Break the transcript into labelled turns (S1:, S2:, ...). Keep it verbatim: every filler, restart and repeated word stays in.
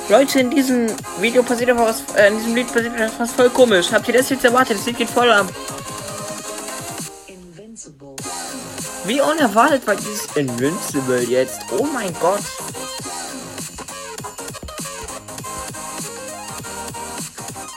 S1: Leute, in diesem Video passiert aber was, äh, in diesem Lied passiert was voll komisch. Habt ihr das jetzt erwartet? Das Lied geht voll ab. Wie unerwartet war dieses Invincible jetzt? Oh mein Gott.